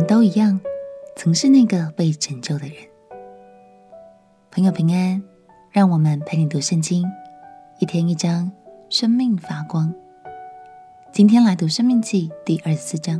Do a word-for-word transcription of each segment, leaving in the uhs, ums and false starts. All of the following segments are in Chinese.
都一样，曾是那个被拯救的人。朋友平安，让我们陪你读圣经，一天一章，生命发光。今天来读申命记第二十四章。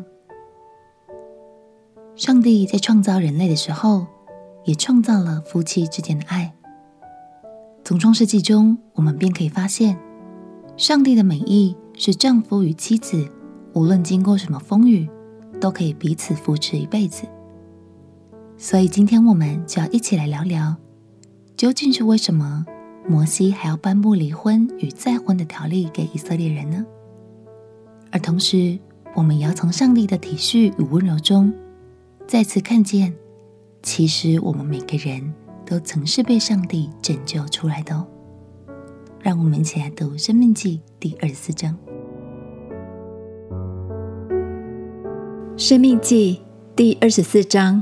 上帝在创造人类的时候，也创造了夫妻之间的爱。从创世纪中，我们便可以发现，上帝的美意是丈夫与妻子无论经过什么风雨，都可以彼此扶持一辈子。所以今天我们就要一起来聊聊，究竟是为什么摩西还要颁布离婚与再婚的条例给以色列人呢？而同时，我们也要从上帝的体恤与温柔中，再次看见，其实我们每个人都曾是被上帝拯救出来的哦。让我们一起来读申命记第二十四章。 申命记第二十四章。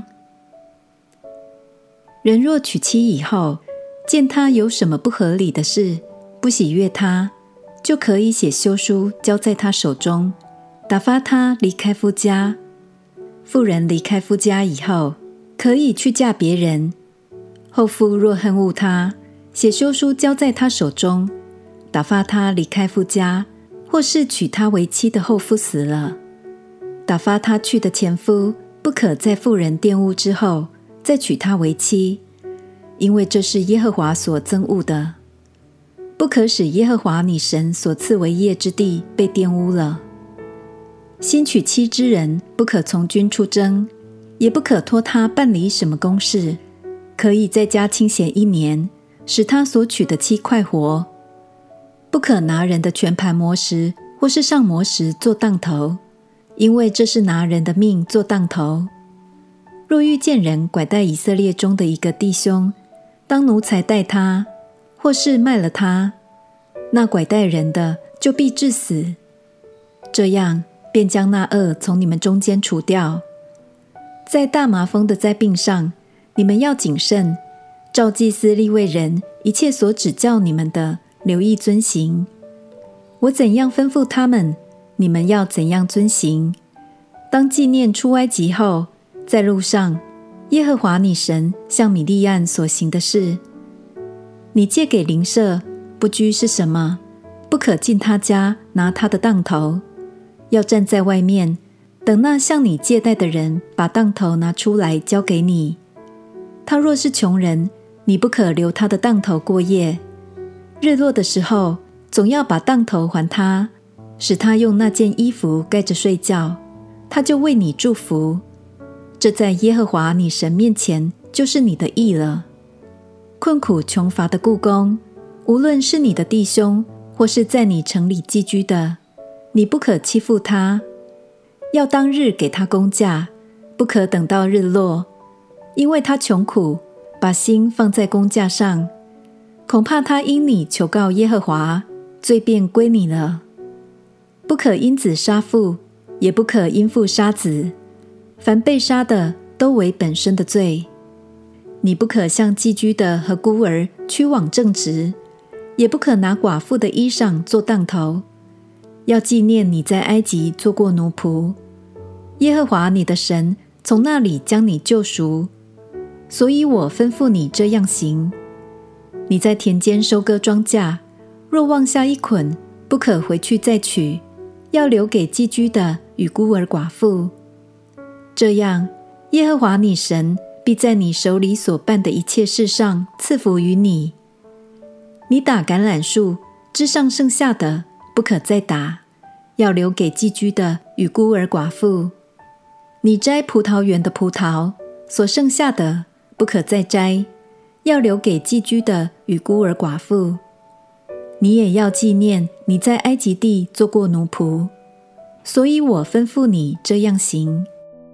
人若娶妻以后，见他有什么不合理的事，不喜悦他，就可以写休书交在他手中，打发他离开夫家。妇人离开夫家以后，可以去嫁别人。后夫若恨恶他，写休书交在他手中，打发他离开夫家，或是娶她为妻的后夫死了，打发他去的前夫不可在妇人玷污之后再娶她为妻，因为这是耶和华所憎恶的。不可使耶和华你神所赐为业之地被玷污了。新娶妻之人不可从军出征，也不可托他办理什么公事，可以在家清闲一年，使他所娶的妻快活。不可拿人的全盘磨石或是上磨石做当头，因为这是拿人的命做当头。若遇见人拐带以色列中的一个弟兄，当奴才待他，或是卖了他，那拐带人的就必致死。这样便将那恶从你们中间除掉。在大麻风的灾病上，你们要谨慎，照祭司利未人一切所指教你们的，留意遵行。我怎样吩咐他们，你们要怎样遵行。当纪念出埃及后，在路上，耶和华你神向米利暗所行的事。你借给邻舍不拘是什么？不可进他家拿他的当头，要站在外面，等那向你借贷的人把当头拿出来交给你。他若是穷人，你不可留他的当头过夜。日落的时候，总要把当头还他，使他用那件衣服盖着睡觉，他就为你祝福。这在耶和华你神面前就是你的义了。困苦穷乏的雇工，无论是你的弟兄，或是在你城里寄居的，你不可欺负他，要当日给他工价，不可等到日落，因为他穷苦，把心放在工价上，恐怕他因你求告耶和华，罪便归你了。不可因子杀父，也不可因父杀子，凡被杀的都为本身的罪。你不可向寄居的和孤儿屈枉正直，也不可拿寡妇的衣裳做当头，要纪念你在埃及做过奴仆，耶和华你的神从那里将你救赎，所以我吩咐你这样行。你在田间收割庄稼，若忘下一捆，不可回去再取，要留给寄居的与孤儿寡妇。这样，耶和华你神必在你手里所办的一切事上赐福于你。你打橄榄树，枝上剩下的不可再打，要留给寄居的与孤儿寡妇。你摘葡萄园的葡萄，所剩下的不可再摘，要留给寄居的与孤儿寡妇。你也要纪念你在埃及地做过奴仆，所以我吩咐你这样行。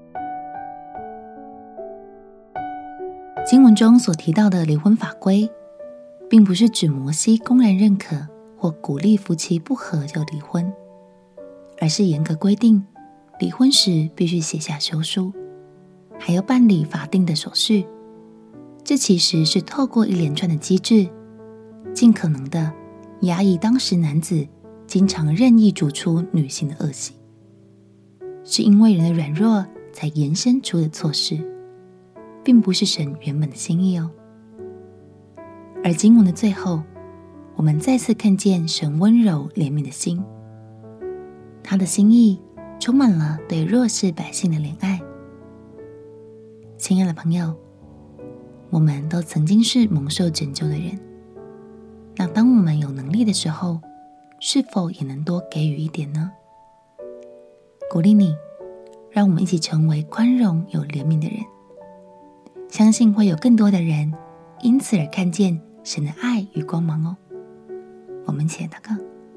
经文中所提到的离婚法规，并不是指摩西公然认可或鼓励夫妻不和就离婚，而是严格规定离婚时必须写下休书，还要办理法定的手续。这其实是透过一连串的机制，尽可能的压抑当时男子经常任意逐出女性的恶习。是因为人的软弱才延伸出的错事，并不是神原本的心意哦。而经文的最后，我们再次看见神温柔怜悯的心，他的心意充满了对弱势百姓的怜爱。亲爱的朋友，我们都曾经是蒙受拯救的人，那当我们有能力的时候，是否也能多给予一点呢？鼓励你，让我们一起成为宽容有怜悯的人，相信会有更多的人因此而看见神的爱与光芒哦。我们一起来祷告。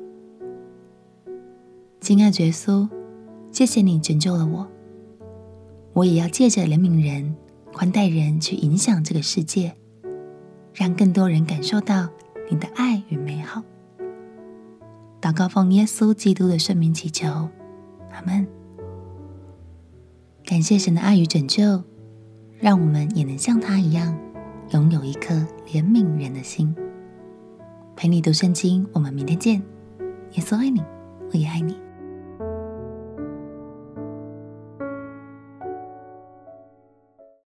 亲爱的耶稣，谢谢你拯救了我，我也要借着怜悯人、宽待人去影响这个世界，让更多人感受到你的爱与美好。祷告奉耶稣基督的圣名祈求，阿们。感谢神的爱与拯救，让我们也能像他一样，拥有一颗怜悯人的心。陪你读圣经，我们明天见。耶稣爱你，我也爱你。